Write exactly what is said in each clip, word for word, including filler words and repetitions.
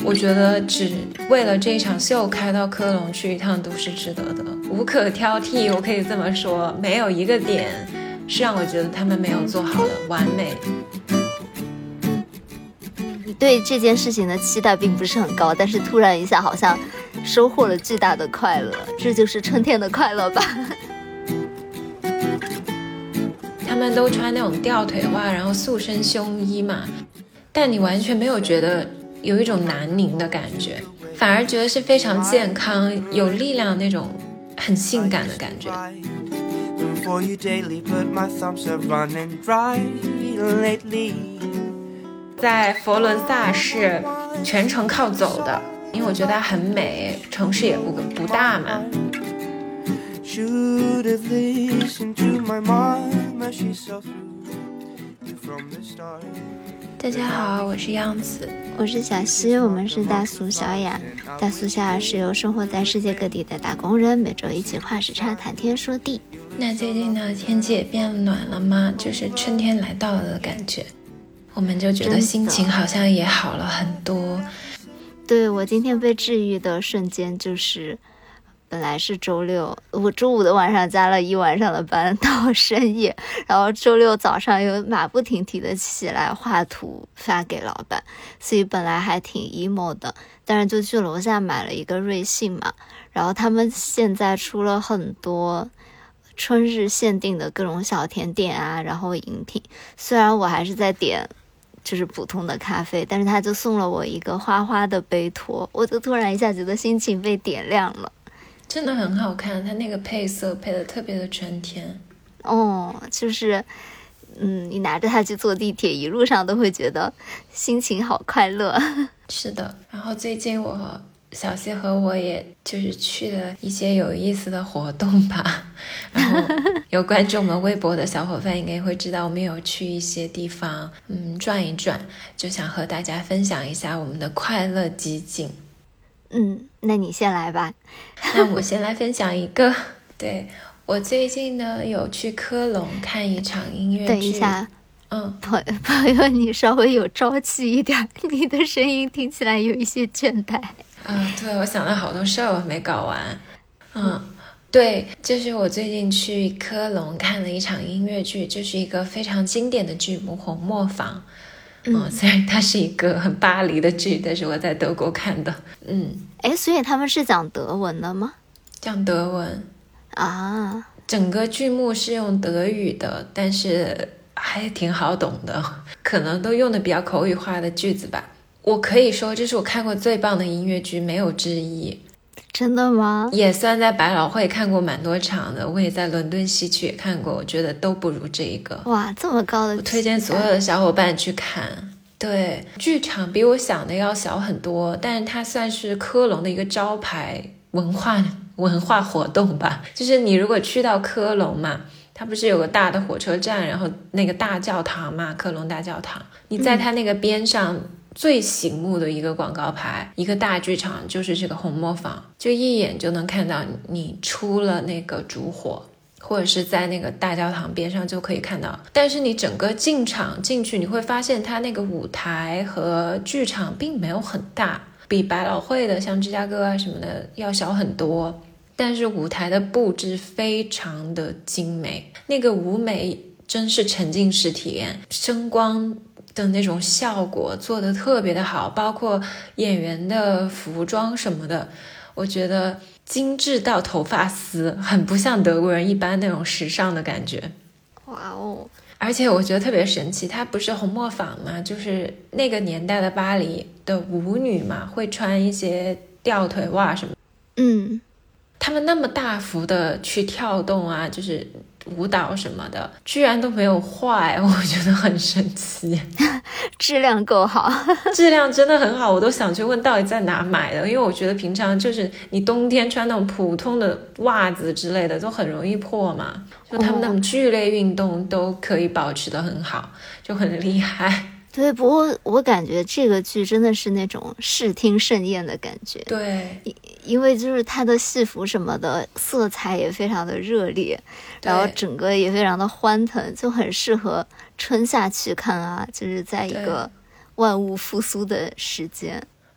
我觉得只为了这场秀开到科隆去一趟都是值得的，无可挑剔，我可以这么说，没有一个点是让我觉得他们没有做好的完美。 你对这件事情的期待并不是很高，但是突然一下好像收获了巨大的快乐，这就是春天的快乐吧。 他们都穿那种吊腿袜，然后塑身胸衣嘛，但你完全没有觉得有一种南宁的感觉，反而觉得是非常健康有力量那种很性感的感觉。在佛罗伦萨是全程靠走的，因为我觉得它很美，城市也不不大嘛。大家好，我是样子， 我是小西，我们是大俗小雅。大俗小雅是由生活在世界各地的打工人每周一起跨时差谈天说地。 那最近呢，天气也变暖了吗？就是春天来到了的感觉，我们就觉得心情好像也好了很多。 对，我今天被治愈的瞬间就是本来是周六，我周五的晚上加了一晚上的班到深夜，然后周六早上又马不停蹄的起来画图发给老板，所以本来还挺 emo 的，但是就去楼下买了一个瑞幸嘛，然后他们现在出了很多春日限定的各种小甜点啊，然后饮品，虽然我还是在点就是普通的咖啡，但是他就送了我一个花花的杯托，我就突然一下觉得心情被点亮了。 真的很好看，它那个配色配的特别的春天。 哦，就是嗯，你拿着它去坐地铁，一路上都会觉得心情好快乐。 是的，然后最近我小西和我也就是去了一些有意思的活动吧，然后有关注我们微博的小伙伴应该会知道，我们有去一些地方嗯转一转，就想和大家分享一下我们的快乐集锦。 嗯，那你先来吧。 那我先来分享一个，对，我最近呢有去科隆看一场音乐剧。 等一下， 嗯， 朋朋友，你稍微有朝气一点，你的声音听起来有一些倦怠。 啊，对，我想了好多事儿，我没搞完。嗯，对，就是我最近去科隆看了一场音乐剧，就是一个非常经典的剧目《红磨坊》。嗯，虽然它是一个很巴黎的剧，但是我在德国看的。嗯， 哎，所以他们是讲德文的吗？ 讲德文啊， 整个剧目是用德语的，但是还挺好懂的，可能都用的比较口语化的句子吧。我可以说这是我看过最棒的音乐剧，没有之一。 真的吗？ 也算在百老汇看过蛮多场的，我也在伦敦西区也看过，我觉得都不如这一个。 哇，这么高的， 我推荐所有的小伙伴去看。对，剧场比我想的要小很多，但是它算是科隆的一个招牌文化文化活动吧。就是你如果去到科隆嘛，它不是有个大的火车站，然后那个大教堂嘛，科隆大教堂，你在它那个边上、嗯最醒目的一个广告牌，一个大剧场，就是这个红磨坊，就一眼就能看到你出了那个烛火，或者是在那个大教堂边上就可以看到。但是你整个进场进去，你会发现它那个舞台和剧场并没有很大，比百老汇的像芝加哥啊什么的要小很多，但是舞台的布置非常的精美，那个舞美真是沉浸式体验，声光的那种效果做得特别的好，包括演员的服装什么的，我觉得精致到头发丝，很不像德国人一般那种时尚的感觉。 哇哦！ 而且我觉得特别神奇，它不是红磨坊嘛，就是那个年代的巴黎的舞女嘛，会穿一些吊腿袜什么， 嗯， 他们那么大幅的去跳动啊，就是舞蹈什么的，居然都没有坏，我觉得很神奇。 质量够好。 质量真的很好，我都想去问到底在哪买的，因为我觉得平常就是你冬天穿那种普通的袜子之类的都很容易破嘛，就他们那种剧烈运动都可以保持得很好，就很厉害。 对，不过我感觉这个剧真的是那种视听盛宴的感觉。 对， 因为就是它的戏服什么的色彩也非常的热烈，然后整个也非常的欢腾，就很适合春夏去看啊，就是在一个万物复苏的时间。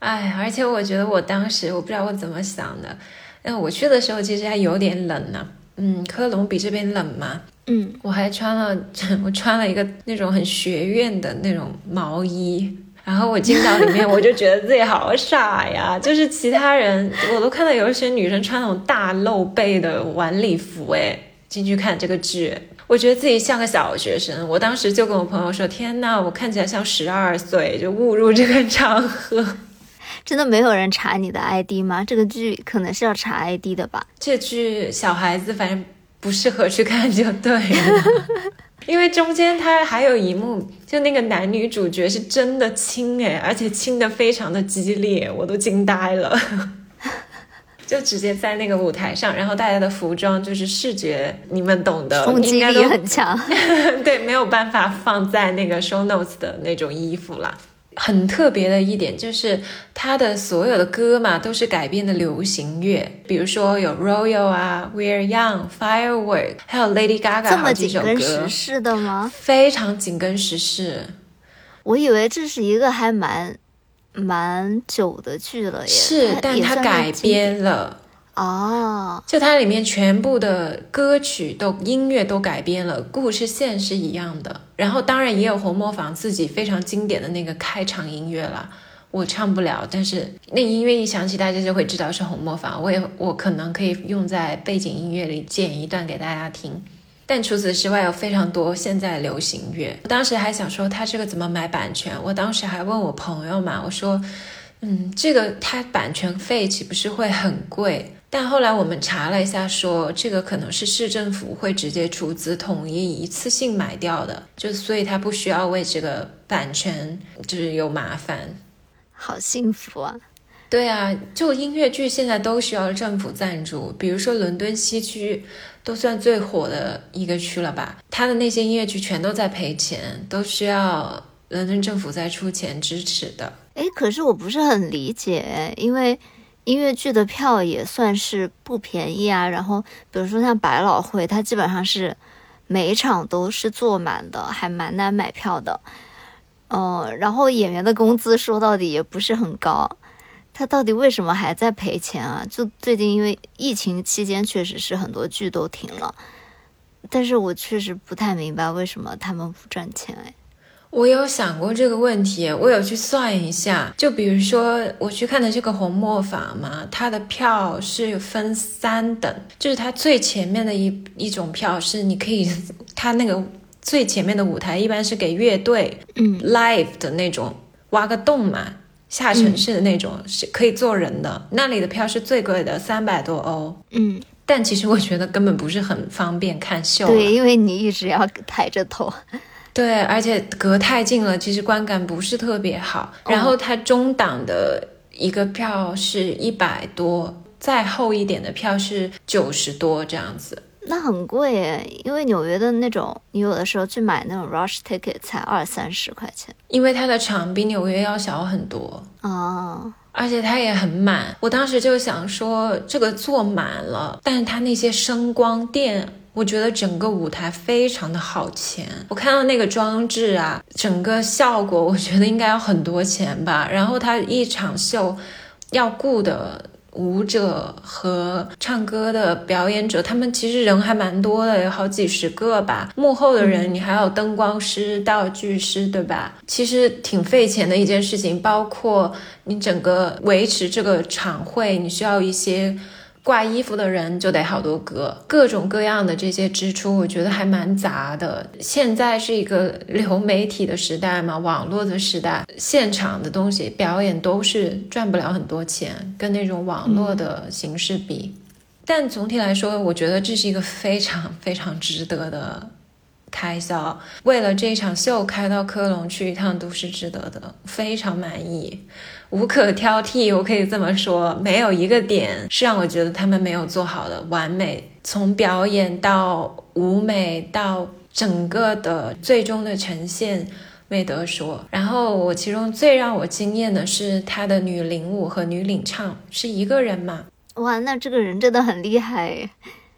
哎，而且我觉得我当时我不知道我怎么想的，嗯，我去的时候其实还有点冷呢、啊，嗯，科隆比这边冷嘛， 嗯， 我还穿了我穿了一个那种很学院的那种毛衣。然后我进到里面，我就觉得自己好傻呀！就是其他人，我都看到有一些女生穿那种大露背的晚礼服，哎，进去看这个剧，我觉得自己像个小学生。我当时就跟我朋友说：“天哪，我看起来像十二岁，就误入这个场合。” 真的没有人查你的 I D 吗？这个剧可能是要查 I D 的吧？ 这剧小孩子反正不适合去看就对了。因为中间他还有一幕，就那个男女主角是真的亲诶，而且亲得非常的激烈，我都惊呆了。就直接在那个舞台上，然后大家的服装就是视觉，你们懂的， 冲击力很强。 对，没有办法放在那个 show notes 的那种衣服啦。很特别的一点就是他的所有的歌嘛都是改编的流行乐，比如说有 Royal 啊 We're Young Firework 还有 Lady Gaga 好几首歌。 这么紧跟时事的吗？ 非常紧跟时事。 我以为这是一个还蛮蛮久的剧了耶。 是，但它改编了哦， 就它里面全部的歌曲都音乐都改编了，故事线是一样的，然后当然也有红磨坊自己非常经典的那个开场音乐啦，我唱不了，但是那音乐一响起大家就会知道是红磨坊，我也我可能可以用在背景音乐里剪一段给大家听。但除此之外有非常多现在流行乐，我当时还想说他这个怎么买版权，我当时还问我朋友嘛，我说嗯，这个它版权费岂不是会很贵？但后来我们查了一下说这个可能是市政府会直接出资统一一次性买掉的，就所以他不需要为这个版权就是有麻烦。 好幸福啊。 对啊，就音乐剧现在都需要政府赞助，比如说伦敦西区都算最火的一个区了吧，他的那些音乐剧全都在赔钱，都需要伦敦政府在出钱支持的。 诶，可是我不是很理解，因为音乐剧的票也算是不便宜啊，然后比如说像百老汇，它基本上是每一场都是坐满的，还蛮难买票的。嗯，然后演员的工资说到底也不是很高，他到底为什么还在赔钱啊？就最近因为疫情期间确实是很多剧都停了，但是我确实不太明白为什么他们不赚钱。哎， 我有想过这个问题，我有去算一下，就比如说我去看的这个红磨坊嘛，它的票是分三等，就是它最前面的一一种票是你可以，它那个最前面的舞台一般是给乐队， 嗯 ，live 的那种，挖个洞嘛，下沉式的那种，嗯，是可以坐人的，那里的票是最贵的，三百多欧， 嗯。 但其实我觉得根本不是很方便看秀， 对，因为你一直要抬着头。 对，而且隔太近了，其实观感不是特别好。然后它中档的一个票是一百多，再厚一点的票是九十多这样子。 那很贵耶，因为纽约的那种，你有的时候去买那种 rush ticket 才二三十块钱。 因为它的场比纽约要小很多哦， 而且它也很满。我当时就想说，这个坐满了，但是它那些声光电，我觉得整个舞台非常的耗钱。我看到那个装置啊，整个效果我觉得应该要很多钱吧。然后它一场秀要雇的舞者和唱歌的表演者，他们其实人还蛮多的，有好几十个吧。幕后的人，你还有灯光师、道具师，对吧？其实挺费钱的一件事情，包括你整个维持这个场会，你需要一些挂衣服的人就得好多个，各种各样的这些支出，我觉得还蛮杂的。现在是一个流媒体的时代嘛，网络的时代，现场的东西表演都是赚不了很多钱，跟那种网络的形式比。嗯，但总体来说，我觉得这是一个非常非常值得的开销。为了这一场秀开到科隆去一趟都是值得的，非常满意，无可挑剔，我可以这么说，没有一个点是让我觉得他们没有做好的完美，从表演到舞美到整个的最终的呈现没得说。然后我其中最让我惊艳的是他的女领舞和女领唱是一个人嘛。 哇，那这个人真的很厉害耶。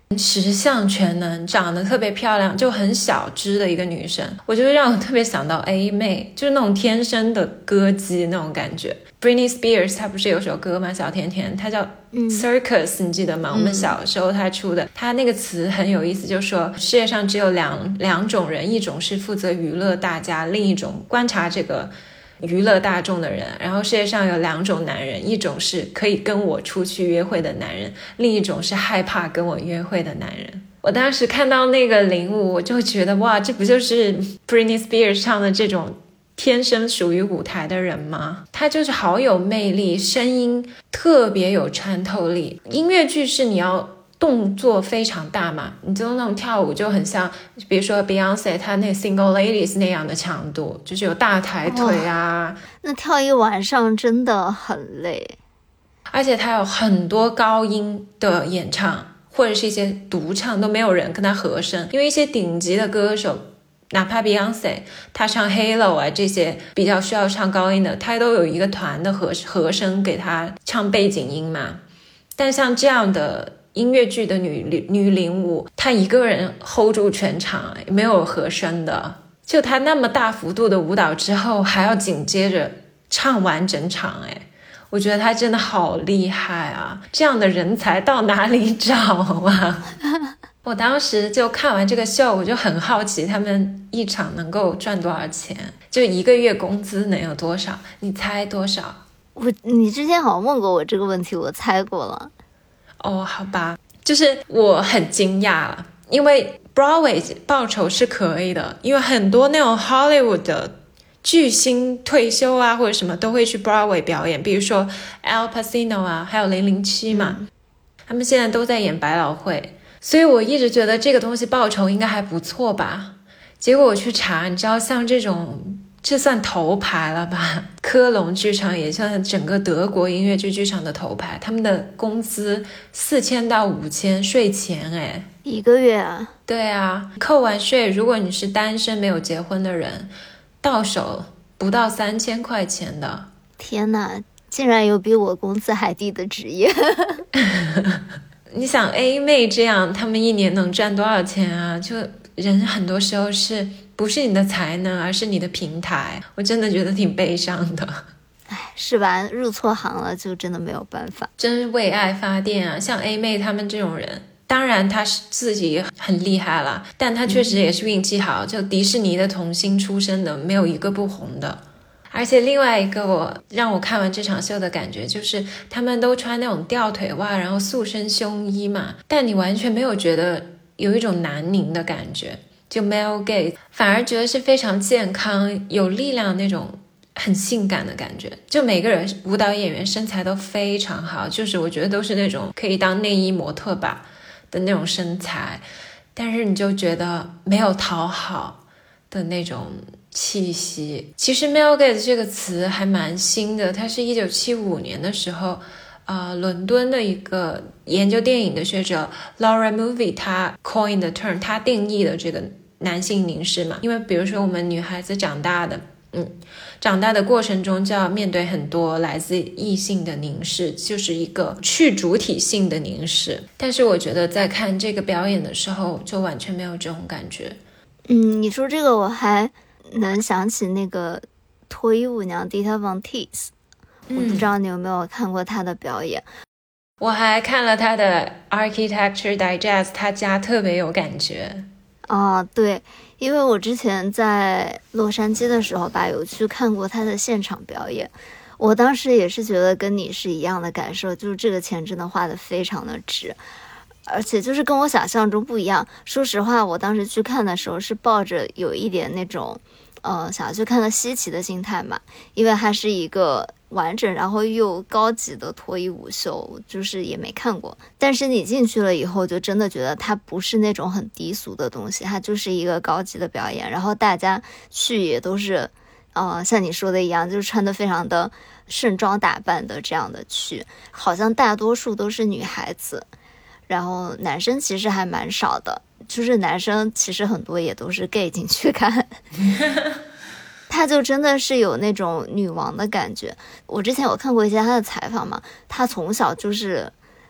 十项全能，长得特别漂亮，就很小只的一个女生，我就让我特别想到 A 妹，就是那种天生的歌姬那种感觉。Britney Spears 她不是有首歌吗？小甜甜，她叫 Circus、嗯、你记得吗？我们小时候她出的，她那个词很有意思，就说世界上只有两两种人，一种是负责娱乐大家，另一种观察这个娱乐大众的人。然后世界上有两种男人，一种是可以跟我出去约会的男人，另一种是害怕跟我约会的男人。我当时看到那个领舞，我就觉得哇，这不就是 Britney Spears 唱的这种天生属于舞台的人吗？她就是好有魅力，声音特别有穿透力。音乐剧是你要动作非常大嘛，你就那种跳舞就很像比如说 Beyonce 她那 Single Ladies 那样的强度，就是有大抬腿啊、哦、 那跳一晚上真的很累。 而且她有很多高音的演唱或者是一些独唱都没有人跟她和声，因为一些顶级的歌手哪怕 Beyonce 她唱 Halo 啊这些比较需要唱高音的，她都有一个团的和和声给她唱背景音嘛。但像这样的音乐剧的女女领舞，她一个人 hold 住全场，没有和声的，就她那么大幅度的舞蹈之后还要紧接着唱完整场，哎，我觉得她真的好厉害啊，这样的人才到哪里找啊？我当时就看完这个秀，我就很好奇他们一场能够赚多少钱，就一个月工资能有多少？你猜多少？ 我你之前好像问过我这个问题，我猜过了。 哦，好吧，就是我很惊讶了，因为 Broadway 报酬是可以的，因为很多那种 Hollywood 的巨星退休啊或者什么都会去 Broadway 表演，比如说 Al Pacino 啊，还有零零七嘛、嗯、他们现在都在演百老汇，所以我一直觉得这个东西报酬应该还不错吧。结果我去查，你知道像这种这算头牌了吧，科隆剧场也算整个德国音乐剧剧场的头牌，他们的工资四千到五千税前，哎， 一个月啊？ 对啊，扣完税，如果你是单身没有结婚的人，到手不到三千块钱的。 天哪，竟然有比我工资还低的职业。 你想 A 妹这样，他们一年能赚多少钱啊？就人很多时候是不是你的才能，而是你的平台。我真的觉得挺悲伤的。 哎，是吧？入错行了就真的没有办法， 真是为爱发电啊！像 A 妹他们这种人，当然他是自己很厉害了，但他确实也是运气好、嗯、就迪士尼的童星出身的，没有一个不红的。而且另外一个我让我看完这场秀的感觉就是他们都穿那种吊腿袜，然后塑身胸衣嘛，但你完全没有觉得有一种南宁的感觉，就 male gaze， 反而觉得是非常健康有力量那种很性感的感觉。就每个人舞蹈演员身材都非常好，就是我觉得都是那种可以当内衣模特吧的那种身材，但是你就觉得没有讨好的那种气息。其实 male gaze 这个词还蛮新的，它是一九七五年的时候呃，伦敦的一个研究电影的学者 Laura Mulvey 他 coined the term， 他定义的这个男性凝视嘛。因为比如说我们女孩子长大的嗯，长大的过程中就要面对很多来自异性的凝视，就是一个去主体性的凝视。但是我觉得在看这个表演的时候就完全没有这种感觉。 嗯，你说这个我还能想起那个脱衣舞娘 Dita Von Teese，我不知道你有没有看过她的表演、嗯、 我还看了她的 Architecture Digest， 她家特别有感觉。 哦，对，因为我之前在洛杉矶的时候吧，有去看过她的现场表演，我当时也是觉得跟你是一样的感受，就是这个钱真的花得非常的值，而且就是跟我想象中不一样。说实话，我当时去看的时候是抱着有一点那种呃，想要去看到稀奇的心态嘛，因为它是一个完整然后又高级的脱衣舞秀，就是也没看过。但是你进去了以后，就真的觉得它不是那种很低俗的东西，它就是一个高级的表演。然后大家去也都是呃，像你说的一样，就是穿得非常的盛装打扮的这样的去，好像大多数都是女孩子，然后男生其实还蛮少的，就是男生其实很多也都是 gay 进去看。他就真的是有那种女王的感觉。我之前有看过一些他的采访嘛，他从小就是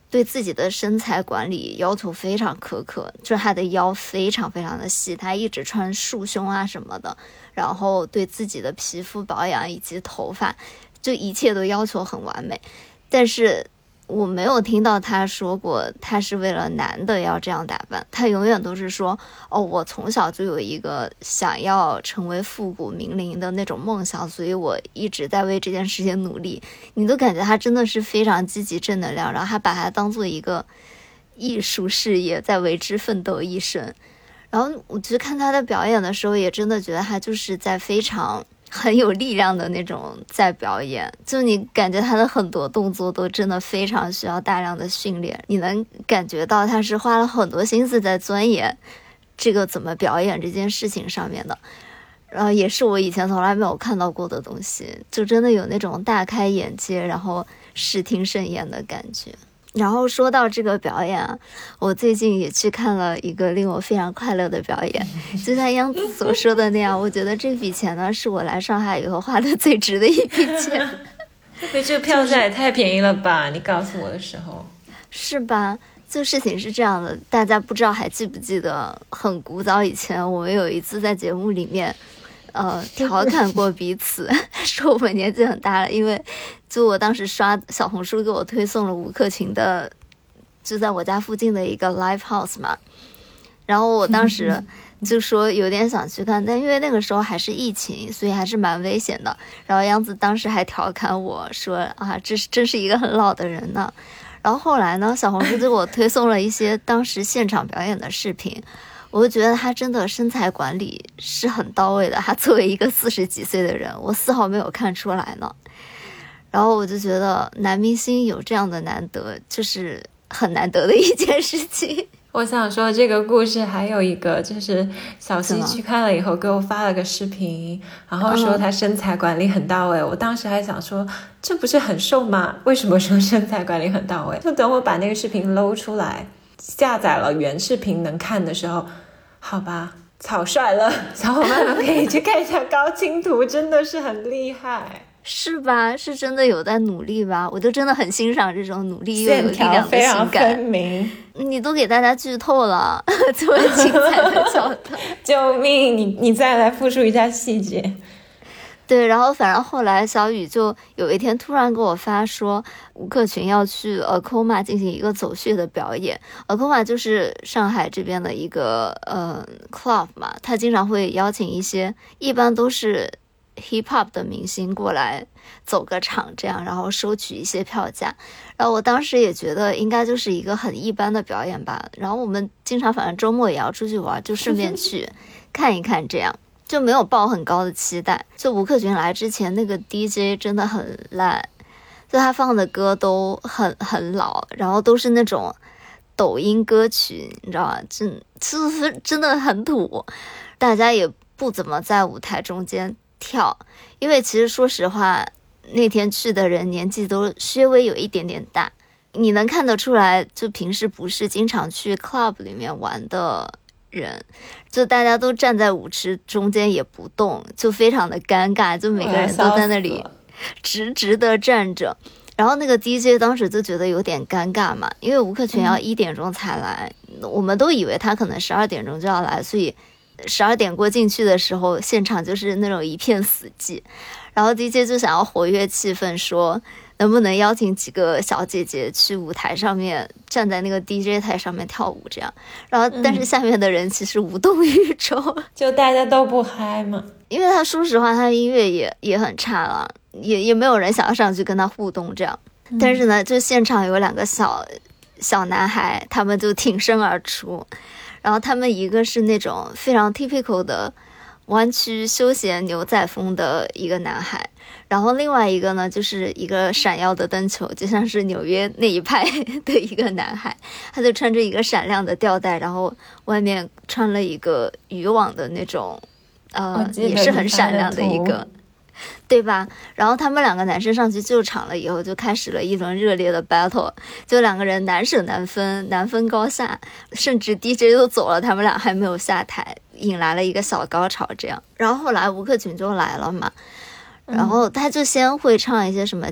对自己的身材管理要求非常苛刻，就是他的腰非常非常的细，他一直穿束胸啊什么的，然后对自己的皮肤保养以及头发，就一切都要求很完美。但是我没有听到他说过他是为了男的要这样打扮，他永远都是说，哦，我从小就有一个想要成为复古名伶的那种梦想，所以我一直在为这件事情努力。你都感觉他真的是非常积极正能量，然后他把它当做一个艺术事业在为之奋斗一生。然后我去看他的表演的时候，也真的觉得他就是在非常很有力量的那种在表演，就你感觉他的很多动作都真的非常需要大量的训练，你能感觉到他是花了很多心思在钻研这个怎么表演这件事情上面的。然后也是我以前从来没有看到过的东西，就真的有那种大开眼界，然后视听盛宴的感觉。然后说到这个表演啊，我最近也去看了一个令我非常快乐的表演，就像央子所说的那样，我觉得这笔钱呢是我来上海以后花的最值的一笔钱。 对，这个票价也太便宜了吧，你告诉我的时候。 是吧？就事情是这样的，大家不知道还记不记得，很古早以前我们有一次在节目里面呃，调侃过彼此，说我们年纪很大了，因为就我当时刷小红书给我推送了吴克群的，就在我家附近的一个 live house 嘛，然后我当时就说有点想去看，但因为那个时候还是疫情，所以还是蛮危险的。然后杨子当时还调侃我说啊，这是真是一个很老的人呢。然后后来呢，小红书就给我推送了一些当时现场表演的视频。我就觉得他真的身材管理是很到位的，他作为一个四十几岁的人，我丝毫没有看出来呢。然后我就觉得男明星有这样的难得，就是很难得的一件事情。 我想说这个故事还有一个，就是小西去看了以后给我发了个视频，然后说他身材管理很到位、嗯、我当时还想说这不是很瘦吗？为什么说身材管理很到位？就等我把那个视频搂出来下载了原视频能看的时候，好吧，草率了，小伙伴们可以去看一下高清图，真的是很厉害。 是吧？是真的有在努力吧？我就真的很欣赏这种努力又有力量的性感， 非常分明。 你都给大家剧透了，这么精彩的桥段， 救命！你你再来复述一下细节。 对，然后反正后来小雨就有一天突然给我发说，吴克群要去 Akoma 进行一个走穴的表演。Akoma 就是上海这边的一个呃 club 嘛，他经常会邀请一些，一般都是 hip hop 的明星过来走个场这样，然后收取一些票价。然后我当时也觉得应该就是一个很一般的表演吧，然后我们经常反正周末也要出去玩，就顺便去看一看这样。就没有抱很高的期待。就吴克群来之前那个 D J 真的很烂，就他放的歌都很很老，然后都是那种抖音歌曲，你知道吗？真就是真的很土，大家也不怎么在舞台中间跳，因为其实说实话，那天去的人年纪都稍微有一点点大，你能看得出来，就平时不是经常去 club 里面玩的人，就大家都站在舞池中间也不动，就非常的尴尬，就每个人都在那里直直的站着。然后那个 D J 当时就觉得有点尴尬嘛，因为吴克群要一点钟才来、嗯、我们都以为他可能十二点钟就要来，所以十二点过进去的时候现场就是那种一片死寂，然后 D J 就想要活跃气氛，说能不能邀请几个小姐姐去舞台上面站在那个 D J 台上面跳舞这样，然后但是下面的人其实无动于衷、嗯、 就大家都不嗨嘛， 因为他说实话他音乐也也很差了，也也没有人想要上去跟他互动这样、嗯、但是呢就现场有两个小小男孩，他们就挺身而出，然后他们一个是那种非常 typical 的湾区休闲牛仔风的一个男孩，然后另外一个呢就是一个闪耀的灯球，就像是纽约那一派的一个男孩，他就穿着一个闪亮的吊带，然后外面穿了一个渔网的那种呃也是很闪亮的一个，对吧？然后他们两个男生上去救场了以后，就开始了一轮热烈的 battle， 就两个人难舍难分，难分高下，甚至 D J 都走了，他们俩还没有下台，引来了一个小高潮这样。然后后来吴克群就来了嘛，然后他就先会唱一些什么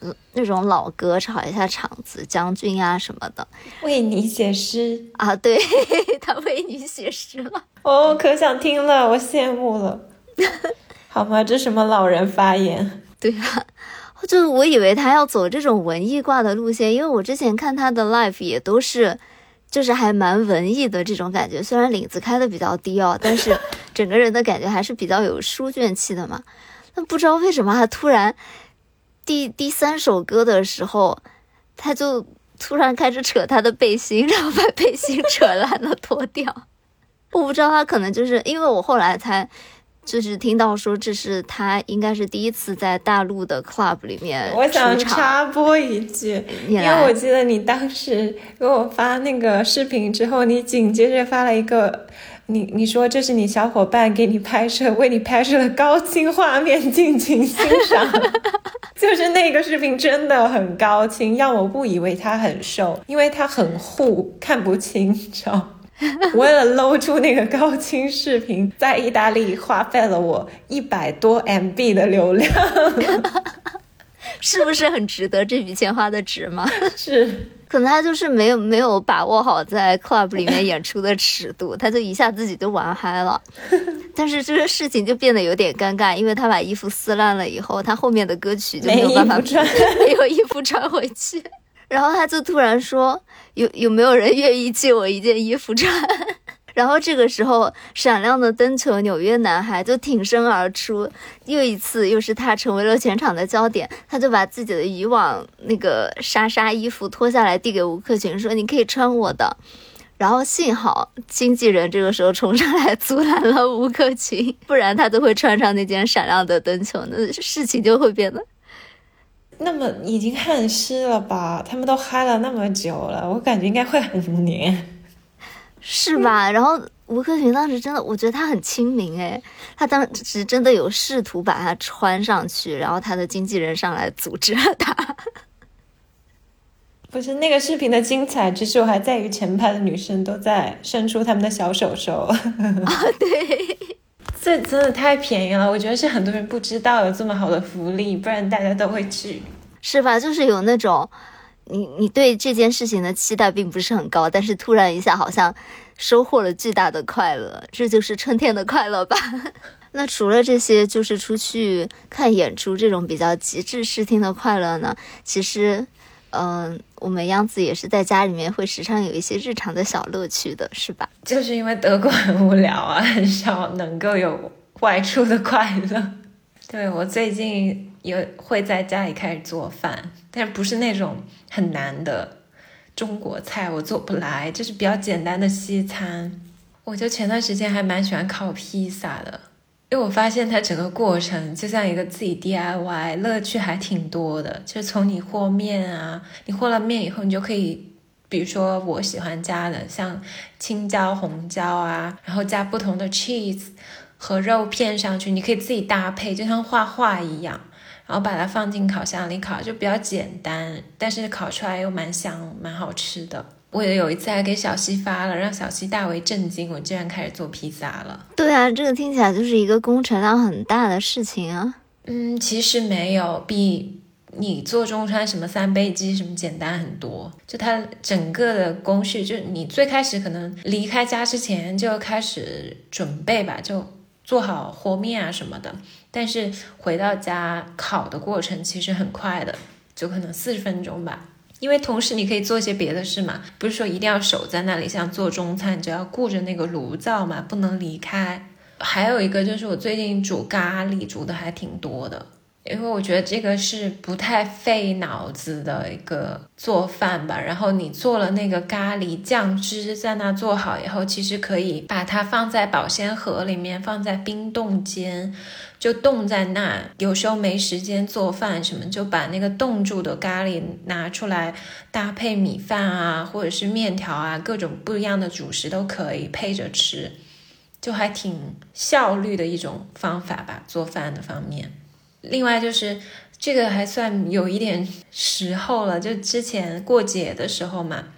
那种老歌，炒一下场子，将军呀、啊、什么的。 为你写诗啊，对，他为你写诗了。 哦，可想听了，我羡慕了。好吗？这什么老人发言？ 对啊，就我以为他要走这种文艺挂的路线，因为我之前看他的 live 也都是。就是还蛮文艺的这种感觉，虽然领子开的比较低哦，但是整个人的感觉还是比较有书卷气的嘛。那不知道为什么他突然第第三首歌的时候，他就突然开始扯他的背心，然后把背心扯烂了脱掉。我不知道他可能就是因为我后来才就是听到说这是他应该是第一次在大陆的 club 里面。 我想插播一句，因为我记得你当时给我发那个视频之后，你紧接着发了一个你你说这是你小伙伴给你拍摄为你拍摄的高清画面，敬请欣赏。就是那个视频真的很高清，让我不以为他很瘦，因为他很糊看不清，知道吗？为了搂出那个高清视频，在意大利花费了我一百多 M B 的流量。 是不是很值得？这笔钱花的值吗？ 是， 可能他就是没有没有把握好在 club 里面演出的尺度，他就一下自己就玩嗨了。但是这个事情就变得有点尴尬，因为他把衣服撕烂了以后，他后面的歌曲就没有办法没衣服穿， 没有衣服穿回去。然后他就突然说有有没有人愿意借我一件衣服穿。然后这个时候闪亮的灯球纽约男孩就挺身而出，又一次又是他成为了全场的焦点。他就把自己的渔网那个纱纱衣服脱下来递给吴克群说你可以穿我的。然后幸好经纪人这个时候冲上来阻拦了吴克群，不然他都会穿上那件闪亮的灯球，那事情就会变得那么已经很湿了吧，他们都嗨了那么久了，我感觉应该会很黏， 是吧？然后吴克群当时真的我觉得他很亲民诶，他当时真的有试图把它穿上去，然后他的经纪人上来阻止了他。 不是，那个视频的精彩之处还在于前排的女生都在伸出他们的小手手。 哦，对， 这真的太便宜了，我觉得是很多人不知道有这么好的福利，不然大家都会去， 是吧？就是有那种你你对这件事情的期待并不是很高，但是突然一下好像收获了巨大的快乐，这就是春天的快乐吧。那除了这些就是出去看演出这种比较极致视听的快乐呢，其实嗯、呃，我们央子也是在家里面会时常有一些日常的小乐趣的，是吧？ 就是因为德国很无聊啊，很少能够有外出的快乐。对，我最近也会在家里开始做饭，但不是那种很难的中国菜，我做不来，就是比较简单的西餐。我就前段时间还蛮喜欢烤披萨的，因为我发现它整个过程就像一个自己 D I Y， 乐趣还挺多的。就是从你和面啊，你和了面以后，你就可以，比如说我喜欢加的像青椒、红椒啊，然后加不同的 cheese 和肉片上去，你可以自己搭配，就像画画一样，然后把它放进烤箱里烤，就比较简单，但是烤出来又蛮香蛮好吃的。我也有一次还给小西发了，让小西大为震惊，我居然开始做披萨了。 对啊，这个听起来就是一个工程量很大的事情啊。 嗯，其实没有，比你做中餐什么三杯鸡什么简单很多。就它整个的工序，就你最开始可能离开家之前就开始准备吧，就做好和面啊什么的，但是回到家烤的过程其实很快的，就可能四十分钟吧。因为同时你可以做一些别的事嘛，不是说一定要守在那里，像做中餐只要顾着那个炉灶嘛，不能离开。还有一个就是我最近煮咖喱煮的还挺多的，因为我觉得这个是不太费脑子的一个做饭吧。然后你做了那个咖喱酱汁在那做好以后，其实可以把它放在保鲜盒里面，放在冰冻间，就冻在那。有时候没时间做饭什么，就把那个冻住的咖喱拿出来搭配米饭啊，或者是面条啊，各种不一样的主食都可以配着吃，就还挺效率的一种方法吧，做饭的方面。另外就是这个还算有一点时候了，就之前过节的时候嘛，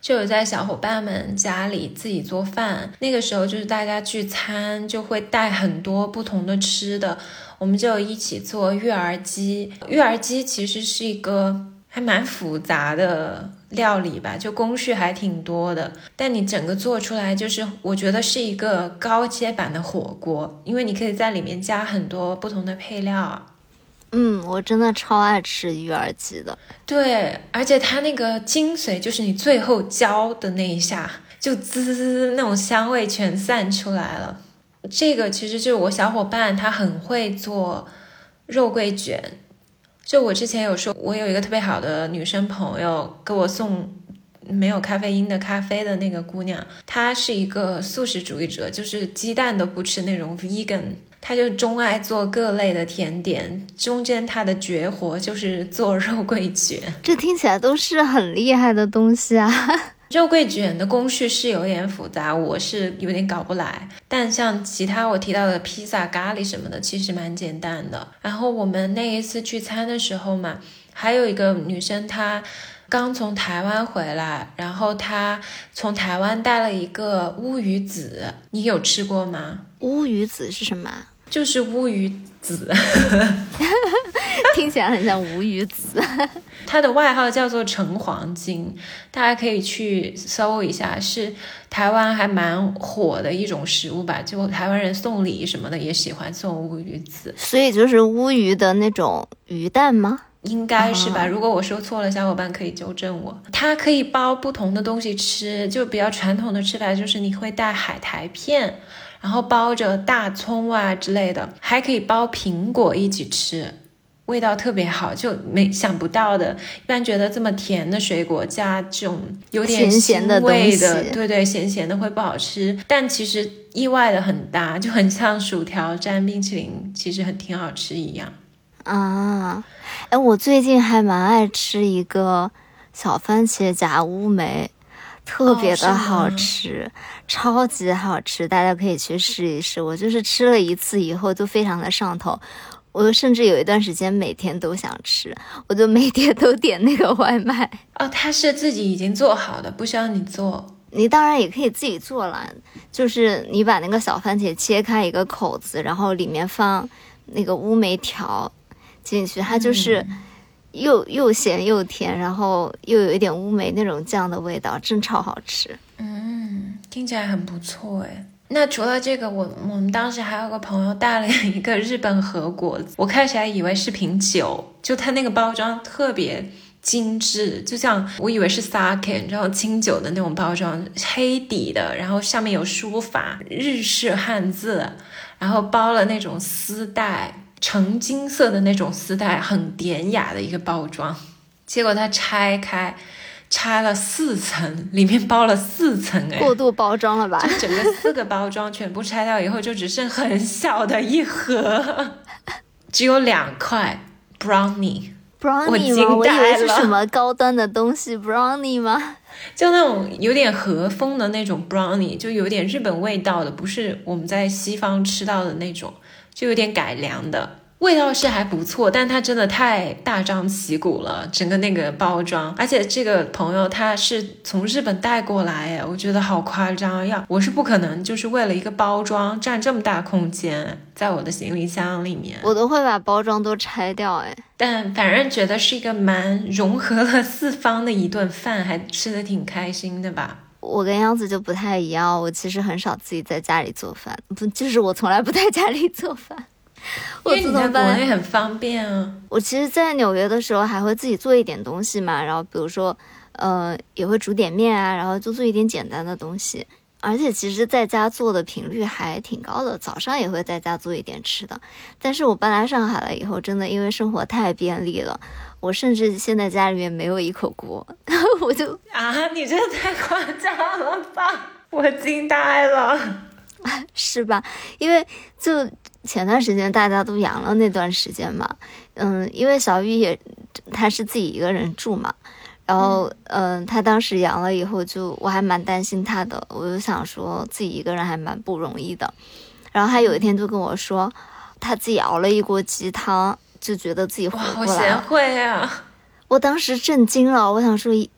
就有在小伙伴们家里自己做饭，那个时候就是大家聚餐就会带很多不同的吃的，我们就一起做育儿鸡。育儿鸡其实是一个还蛮复杂的料理吧，就工序还挺多的，但你整个做出来就是我觉得是一个高阶版的火锅，因为你可以在里面加很多不同的配料。 嗯，我真的超爱吃育儿鸡的。 对，而且它那个精髓就是你最后浇的那一下，就滋滋那种香味全散出来了。这个其实就是我小伙伴他很会做肉桂卷，就我之前有说我有一个特别好的女生朋友给我送没有咖啡因的咖啡的那个姑娘，她是一个素食主义者，就是鸡蛋都不吃那种 vegan，他就钟爱做各类的甜点，中间他的绝活就是做肉桂卷。 这听起来都是很厉害的东西啊。 肉桂卷的工序是有点复杂，我是有点搞不来，但像其他我提到的披萨、咖喱什么的其实蛮简单的。然后我们那一次聚餐的时候嘛，还有一个女生她刚从台湾回来，然后她从台湾带了一个乌鱼子，你有吃过吗？ 乌鱼子是什么？ 就是乌鱼子。 听起来很像无鱼子。 它的外号叫做橙黄金，大家可以去搜一下，是台湾还蛮火的一种食物吧，就台湾人送礼什么的也喜欢送乌鱼子。 所以就是乌鱼的那种鱼蛋吗？ 应该是吧，如果我说错了，小伙伴可以纠正我。它可以包不同的东西吃，就比较传统的吃法就是你会带海苔片，然后包着大葱啊之类的，还可以包苹果一起吃，味道特别好，就没想不到的。一般觉得这么甜的水果加这种有点咸的味的的，对对，咸咸的会不好吃，但其实意外的很搭，就很像薯条蘸冰淇淋，其实很挺好吃一样。 啊，哎，我最近还蛮爱吃一个小番茄夹乌梅，特别的好吃，哦，超级好吃，大家可以去试一试。我就是吃了一次以后就非常的上头，我甚至有一段时间每天都想吃，我就每天都点那个外卖。 哦，它是自己已经做好的，不需要你做。 你当然也可以自己做了，就是你把那个小番茄切开一个口子，然后里面放那个乌梅条进去，它就是又、嗯、又咸又甜，然后又有一点乌梅那种酱的味道，真超好吃。 嗯，听起来很不错哎。那除了这个，我我们当时还有个朋友带了一个日本和果子，我开始还以为是瓶酒，就它那个包装特别精致，就像我以为是 sake， 你知道清酒的那种包装，黑底的，然后上面有书法日式汉字，然后包了那种丝带，橙金色的那种丝带，很典雅的一个包装。结果它拆开拆了四层，里面包了四层，哎， 过度包装了吧？ 就整个四个包装全部拆掉以后，就只剩很小的一盒，只有两块 brownie。 brownie 吗？我以为是什么高端的东西 brownie 吗？ 就那种有点和风的那种 brownie， 就有点日本味道的，不是我们在西方吃到的那种，就有点改良的。味道是还不错，但它真的太大张旗鼓了，整个那个包装。而且这个朋友他是从日本带过来，哎，我觉得好夸张呀！我是不可能就是为了一个包装占这么大空间在我的行李箱里面， 我都会把包装都拆掉，哎。 但反正觉得是一个蛮融合了四方的一顿饭，还吃得挺开心的吧。 我跟杨子就不太一样，我其实很少自己在家里做饭，不就是我从来不在家里做饭。 因为你在国内很方便啊。 我其实在纽约的时候还会自己做一点东西嘛，然后比如说呃也会煮点面啊，然后就做一点简单的东西，而且其实在家做的频率还挺高的，早上也会在家做一点吃的。但是我搬来上海了以后，真的因为生活太便利了，我甚至现在家里面没有一口锅。我就啊，你这太夸张了吧，我惊呆了。 是吧？因为就前段时间大家都阳了那段时间嘛，嗯，因为小雨也他是自己一个人住嘛，然后嗯、呃，他当时阳了以后就我还蛮担心他的，我就想说自己一个人还蛮不容易的。然后他有一天就跟我说他自己熬了一锅鸡汤，就觉得自己活过来了。 哇，好贤惠啊。 我当时震惊了，我想说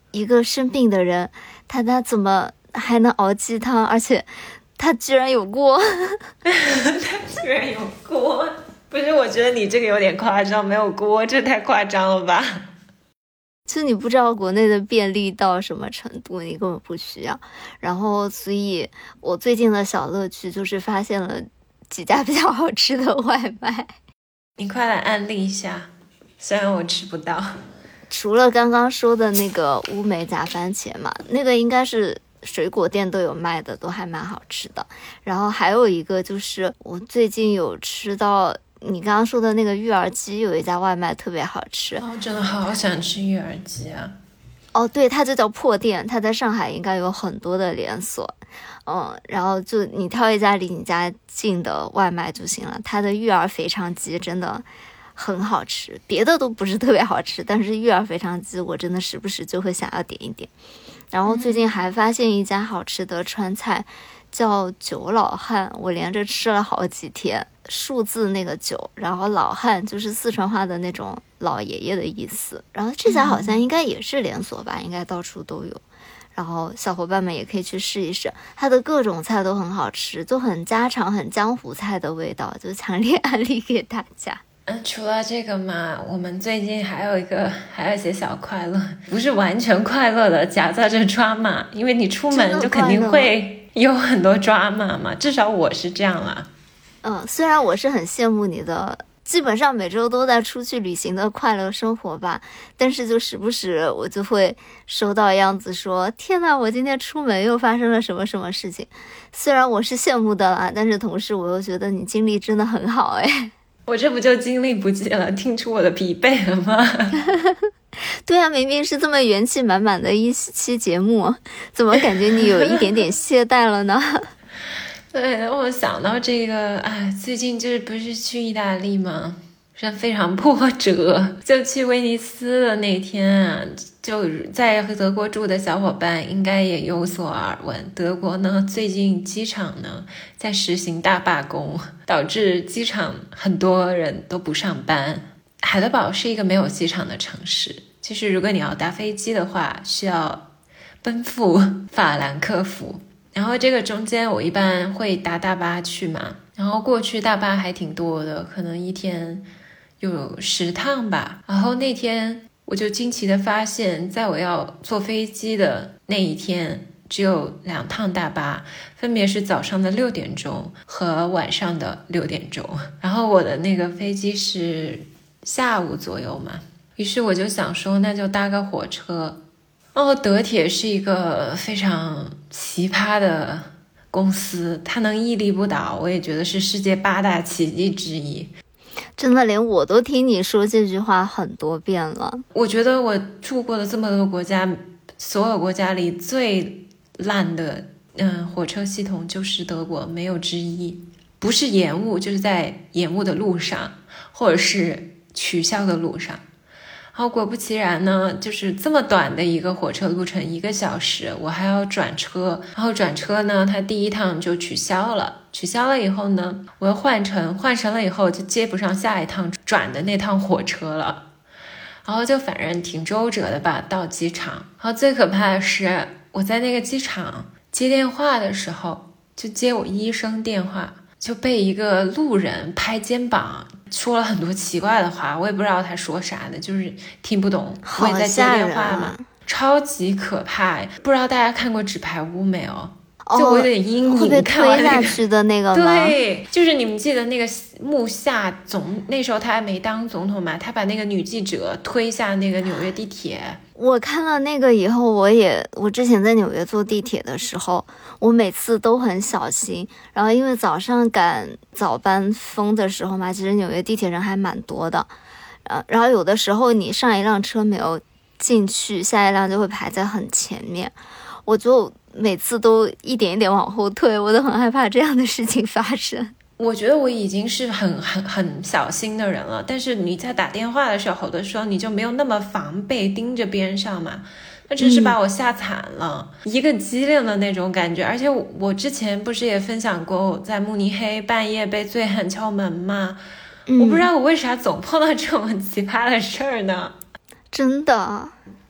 一个生病的人，他他怎么还能熬鸡汤，而且他居然有锅。 他居然有锅，不是，我觉得你这个有点夸张，没有锅这太夸张了吧。 就你不知道国内的便利到什么程度，你根本不需要。然后所以我最近的小乐趣就是发现了几家比较好吃的外卖。 你快来安利一下，虽然我吃不到。 除了刚刚说的那个乌梅炸番茄嘛，那个应该是水果店都有卖的，都还蛮好吃的。然后还有一个就是我最近有吃到你刚刚说的那个育儿鸡，有一家外卖特别好吃。 哦，真的好想吃育儿鸡啊。 哦，对，它就叫破店，它在上海应该有很多的连锁。嗯，然后就你挑一家离你家近的外卖就行了。它的育儿肥肠鸡真的很好吃，别的都不是特别好吃，但是育儿肥肠鸡我真的时不时就会想要点一点。然后最近还发现一家好吃的川菜，叫九老汉，我连着吃了好几天。数字那个九，然后老汉就是四川话的那种老爷爷的意思。然后这家好像应该也是连锁吧，应该到处都有。然后小伙伴们也可以去试一试，它的各种菜都很好吃，就很家常很江湖菜的味道，就强烈安利给大家。 嗯，除了这个嘛，我们最近还有一个还有一些小快乐，不是完全快乐的，夹杂着抓马，因为你出门就肯定会有很多抓马嘛，至少我是这样啦。 嗯，虽然我是很羡慕你的基本上每周都在出去旅行的快乐生活吧，但是就时不时我就会收到样子说，天哪，我今天出门又发生了什么什么事情。虽然我是羡慕的啦，但是同时我又觉得你精力真的很好哎。 我这不就精力不济了，听出我的疲惫了吗？ 对啊，明明是这么元气满满的一期节目，怎么感觉你有一点点懈怠了呢？ 对，我想到这个，哎，最近就是不是去意大利吗？是非常波折。就去威尼斯的那天啊，就在德国住的小伙伴应该也有所耳闻，德国呢最近机场呢在实行大罢工，导致机场很多人都不上班。海德堡是一个没有机场的城市，就是如果你要搭飞机的话，需要奔赴法兰克福。然后这个中间我一般会搭大巴去嘛，然后过去大巴还挺多的，可能一天有十趟吧。然后那天我就惊奇的发现，在我要坐飞机的那一天，只有两趟大巴，分别是早上的六点钟和晚上的六点钟。然后我的那个飞机是下午左右嘛，于是我就想说，那就搭个火车。哦，德铁是一个非常奇葩的公司，它能屹立不倒，我也觉得是世界八大奇迹之一。 真的，连我都听你说这句话很多遍了。 我觉得我住过的这么多国家，所有国家里最烂的嗯火车系统就是德国，没有之一。不是延误，就是在延误的路上，或者是取消的路上。然后果不其然呢，就是这么短的一个火车路程，一个小时，我还要转车。然后转车呢，它第一趟就取消了，取消了以后呢，我又换乘，换乘了以后就接不上下一趟转的那趟火车了。然后就反正挺周折的吧，到机场。然后最可怕的是，我在那个机场接电话的时候，就接我医生电话，就被一个路人拍肩膀，说了很多奇怪的话，我也不知道他说啥的，就是听不懂。我也在接电话嘛，超级可怕。不知道大家看过纸牌屋没有？就我有点阴影， 哦、会被推下去的那个吗？对，就是你们记得那个穆夏总，那时候他还没当总统嘛，他把那个女记者推下那个纽约地铁。 我看了那个以后，我也我之前在纽约坐地铁的时候，我每次都很小心。然后因为早上赶早班风的时候嘛，其实纽约地铁人还蛮多的。呃，然后有的时候你上一辆车没有进去，下一辆就会排在很前面，我就每次都一点一点往后退，我都很害怕这样的事情发生。 我觉得我已经是很很很小心的人了，但是你在打电话的时候，好多时候你就没有那么防备，盯着边上嘛，那真是把我吓惨了、嗯、一个机灵的那种感觉。而且 我, 我之前不是也分享过我在慕尼黑半夜被醉汉敲门吗、嗯、我不知道我为啥总碰到这种奇葩的事儿呢。 真的，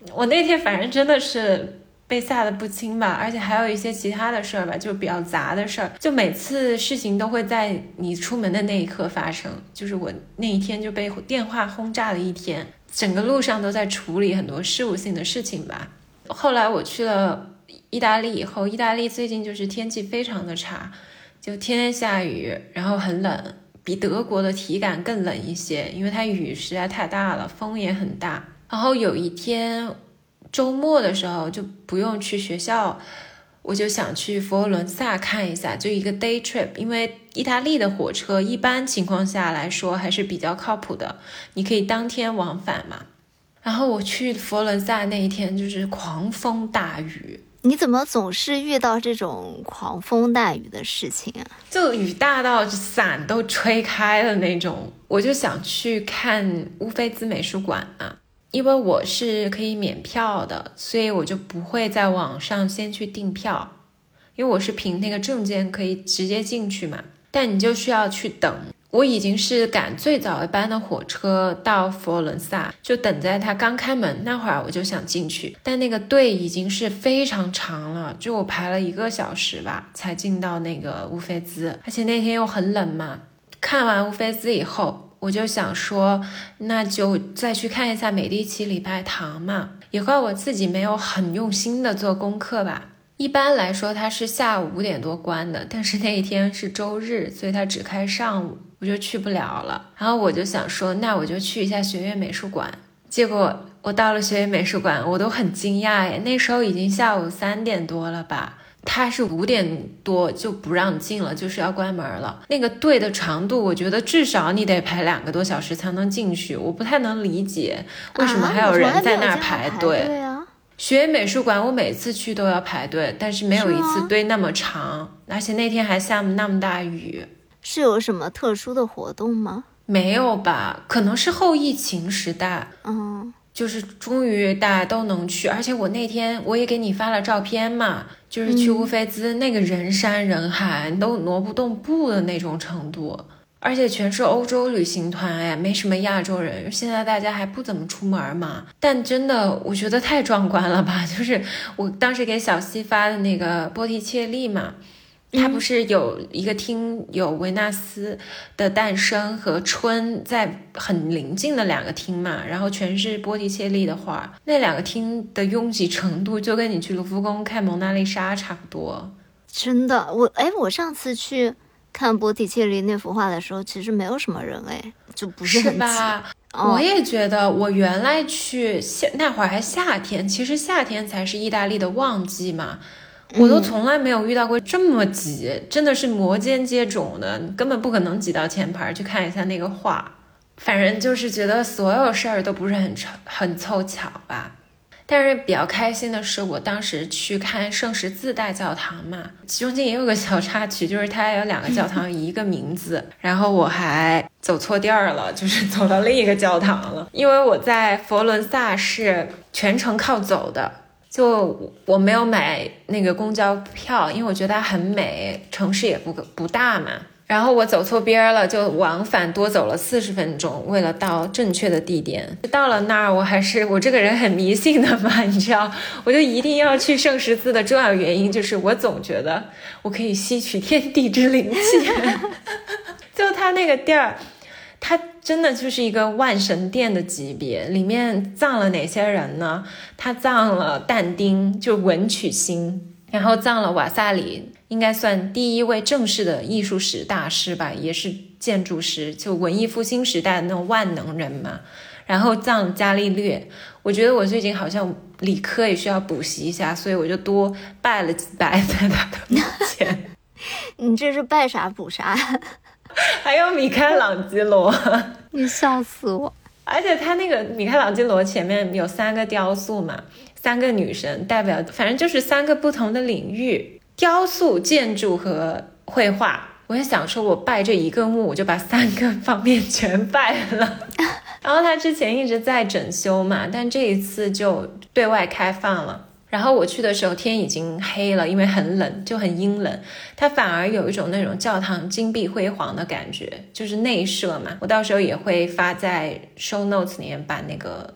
我那天反正真的是被吓得不轻吧，而且还有一些其他的事儿吧，就比较杂的事儿，就每次事情都会在你出门的那一刻发生，就是我那一天就被电话轰炸了一天，整个路上都在处理很多事务性的事情吧。后来我去了意大利以后，意大利最近就是天气非常的差，就天天下雨，然后很冷，比德国的体感更冷一些，因为它雨实在太大了，风也很大。然后有一天周末的时候就不用去学校，我就想去佛罗伦萨看一下，就一个 day trip， 因为意大利的火车一般情况下来说还是比较靠谱的，你可以当天往返嘛。然后我去佛罗伦萨那一天就是狂风大雨。 你怎么总是遇到这种狂风大雨的事情啊？ 就雨大到伞都吹开了那种。我就想去看乌菲兹美术馆啊，因为我是可以免票的，所以我就不会在网上先去订票，因为我是凭那个证件可以直接进去嘛，但你就需要去等。我已经是赶最早一班的火车到佛罗伦萨，就等在它刚开门那会儿我就想进去，但那个队已经是非常长了，就我排了一个小时吧才进到那个乌菲兹，而且那天又很冷嘛。看完乌菲兹以后我就想说那就再去看一下美第奇礼拜堂嘛，也怪我自己没有很用心的做功课吧。一般来说它是下午五点多关的，但是那一天是周日，所以它只开上午，我就去不了了。然后我就想说那我就去一下学院美术馆，结果我到了学院美术馆我都很惊讶耶，那时候已经下午三点多了吧，它是五点多就不让进了，就是要关门了。那个队的长度我觉得至少你得排两个多小时才能进去，我不太能理解为什么还有人在那儿排队、 啊、对啊。 学院美术馆我每次去都要排队，但是没有一次堆那么长，而且那天还下那么大雨。 是有什么特殊的活动吗？ 没有吧，可能是后疫情时代， 嗯， 就是终于大家都能去。而且我那天我也给你发了照片嘛，就是去乌菲兹、嗯、那个人山人海，都挪不动步的那种程度，而且全是欧洲旅行团，哎，没什么亚洲人，现在大家还不怎么出门嘛。但真的我觉得太壮观了吧，就是我当时给小西发的那个波提切利嘛，它不是有一个厅有维纳斯的诞生和春在很临近的两个厅嘛，然后全是波提切利的画，那两个厅的拥挤程度就跟你去卢浮宫看蒙娜丽莎差不多。 真的，我哎，我上次去看波提切利那幅画的时候其实没有什么人，哎，就不是很挤。是吧、 哦、我也觉得，我原来去那会儿还夏天，其实夏天才是意大利的旺季嘛，我都从来没有遇到过这么挤、嗯、真的是摩肩接踵的，根本不可能挤到前排去看一下那个画。反正就是觉得所有事儿都不是很很凑巧吧。但是比较开心的是我当时去看圣十字大教堂嘛，其中间也有个小插曲，就是它有两个教堂一个名字然后我还走错地儿了，就是走到另一个教堂了，因为我在佛罗伦萨是全程靠走的，就我没有买那个公交票，因为我觉得它很美，城市也不不大嘛。然后我走错边了，就往返多走了四十分钟，为了到正确的地点。到了那儿，我还是我这个人很迷信的嘛，你知道，我就一定要去圣十字的重要原因就是我总觉得我可以吸取天地之灵气。就他那个地儿，它真的就是一个万神殿的级别，里面葬了哪些人呢？他葬了但丁，就文曲星，然后葬了瓦萨里，应该算第一位正式的艺术史大师吧，也是建筑师，就文艺复兴时代的那种万能人嘛。然后葬了伽利略，我觉得我最近好像理科也需要补习一下，所以我就多拜了几拜在他的面前。 你这是拜啥补啥？ 还有米开朗基罗， 你笑死我。 而且他那个米开朗基罗前面有三个雕塑嘛，三个女神，代表反正就是三个不同的领域，雕塑、建筑和绘画。我也想说我拜这一个墓，我就把三个方面全拜了。然后他之前一直在整修嘛，但这一次就对外开放了。然后我去的时候天已经黑了，因为很冷，就很阴冷，它反而有一种那种教堂金碧辉煌的感觉，就是内设嘛。我到时候也会发在 show notes 里面把那个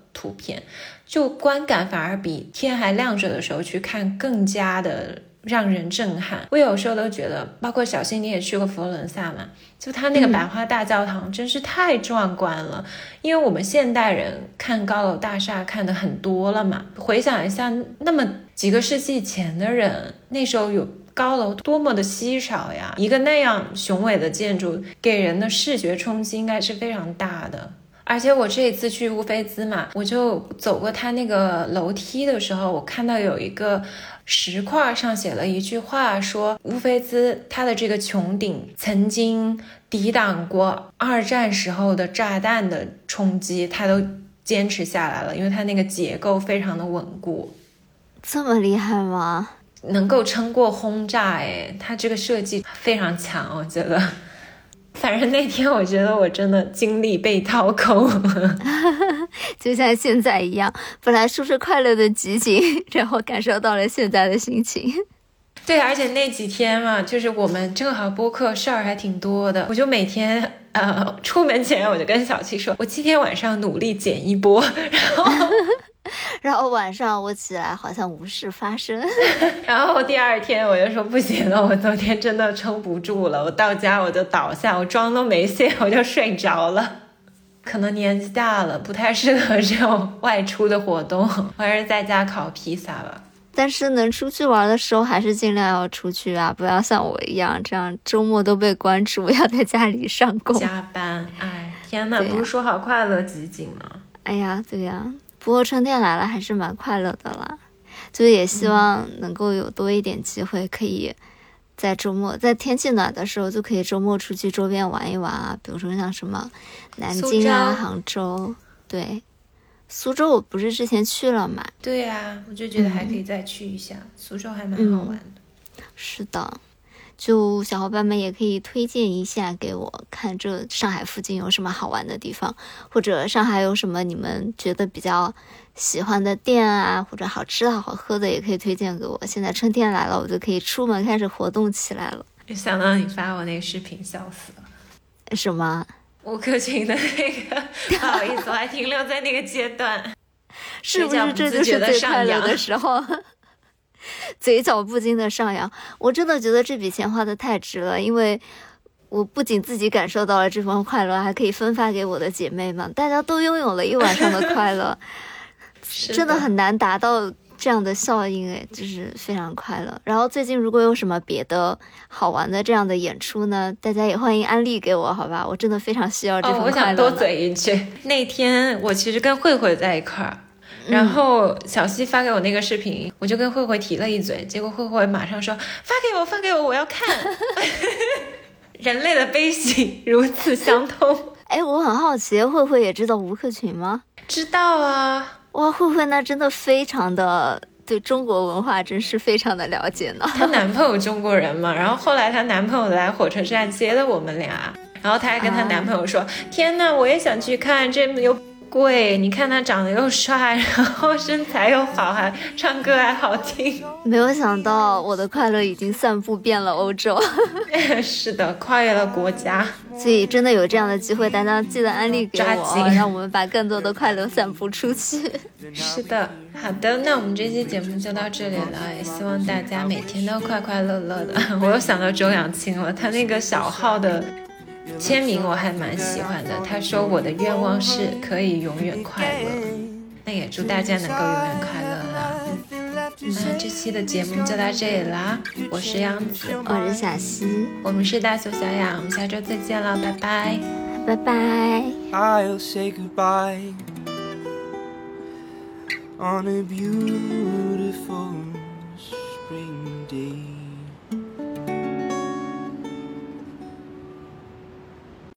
图片，就观感反而比天还亮着的时候去看更加的让人震撼。我有时候都觉得，包括小新你也去过佛罗伦萨嘛，就它那个百花大教堂真是太壮观了、嗯、因为我们现代人看高楼大厦看的很多了嘛，回想一下那么几个世纪前的人，那时候有高楼多么的稀少呀，一个那样雄伟的建筑给人的视觉冲击应该是非常大的。而且我这一次去乌菲兹嘛，我就走过它那个楼梯的时候，我看到有一个石块上写了一句话，说乌菲兹它的这个穹顶曾经抵挡过二战时候的炸弹的冲击，它都坚持下来了，因为它那个结构非常的稳固。 这么厉害吗？ 能够撑过轰炸，哎，它这个设计非常强，我觉得。反正那天我觉得我真的精力被掏空就像现在一样，本来说是快乐的集锦，然后感受到了现在的心情。 对，而且那几天嘛，就是我们正好播客事儿还挺多的，我就每天呃出门前我就跟小七说，我今天晚上努力剪一波，然后然后晚上我起来好像无事发生然后第二天我就说不行了，我昨天真的撑不住了，我到家我就倒下，我妆都没卸我就睡着了。可能年纪大了不太适合这种外出的活动，我还是在家烤披萨吧。 但是能出去玩的时候还是尽量要出去啊，不要像我一样这样周末都被关注，要在家里上工加班。哎，天哪、啊、不是说好快乐集锦吗？ 哎呀，对呀，不过春天来了还是蛮快乐的啦，就也希望能够有多一点机会可以在周末、嗯、在天气暖的时候就可以周末出去周边玩一玩啊，比如说像什么南京啊、杭州。对，苏州我不是之前去了嘛？ 对啊，我就觉得还可以再去一下、嗯、苏州还蛮好玩的、 嗯、是的，就小伙伴们也可以推荐一下给我看，这上海附近有什么好玩的地方，或者上海有什么你们觉得比较喜欢的店啊，或者好吃的好喝的也可以推荐给我。现在春天来了，我就可以出门开始活动起来了。 想到你发我那个视频笑死了。 什么？ 吴克群的那个不好意思我还停留在那个阶段是不是这就是最快乐的时候嘴角不禁的上扬。我真的觉得这笔钱花的太值了，因为我不仅自己感受到了这份快乐，还可以分发给我的姐妹们，大家都拥有了一晚上的快乐真的很难达到这样的效应，哎，就是非常快乐。然后最近如果有什么别的好玩的这样的演出呢，大家也欢迎安利给我，好吧？我真的非常需要这份快乐、哦、我想多嘴一句，那天我其实跟慧慧在一块儿，然后小西发给我那个视频、嗯、我就跟慧慧提了一嘴，结果慧慧马上说发给我发给我我要看人类的悲喜如此相通。 哎，我很好奇，慧慧也知道吴克群吗？ 知道啊。 哇，慧慧那真的非常的对中国文化真是非常的了解呢。 她男朋友中国人嘛，然后后来她男朋友来火车站接了我们俩，然后她还跟她男朋友说、啊、天哪我也想去看，这又贵，你看他长得又帅，然后身材又好，还唱歌还好听。 没有想到我的快乐已经散布遍了欧洲是的，跨越了国家。 所以真的有这样的机会，大家记得安利给我、 抓紧让我们把更多的快乐散布出去。 是的，好的，那我们这期节目就到这里了，也希望大家每天都快快乐乐的。我又想到周扬青了，他那个小号的签名我还蛮喜欢的，他说我的愿望是可以永远快乐，那也祝大家能够永远快乐啦。那这期的节目就到这里啦，我是杨子， 我是小溪， 我们是大熊小雅，我们下周再见了，拜拜拜拜。 I'll say goodbye on a beautiful spring day.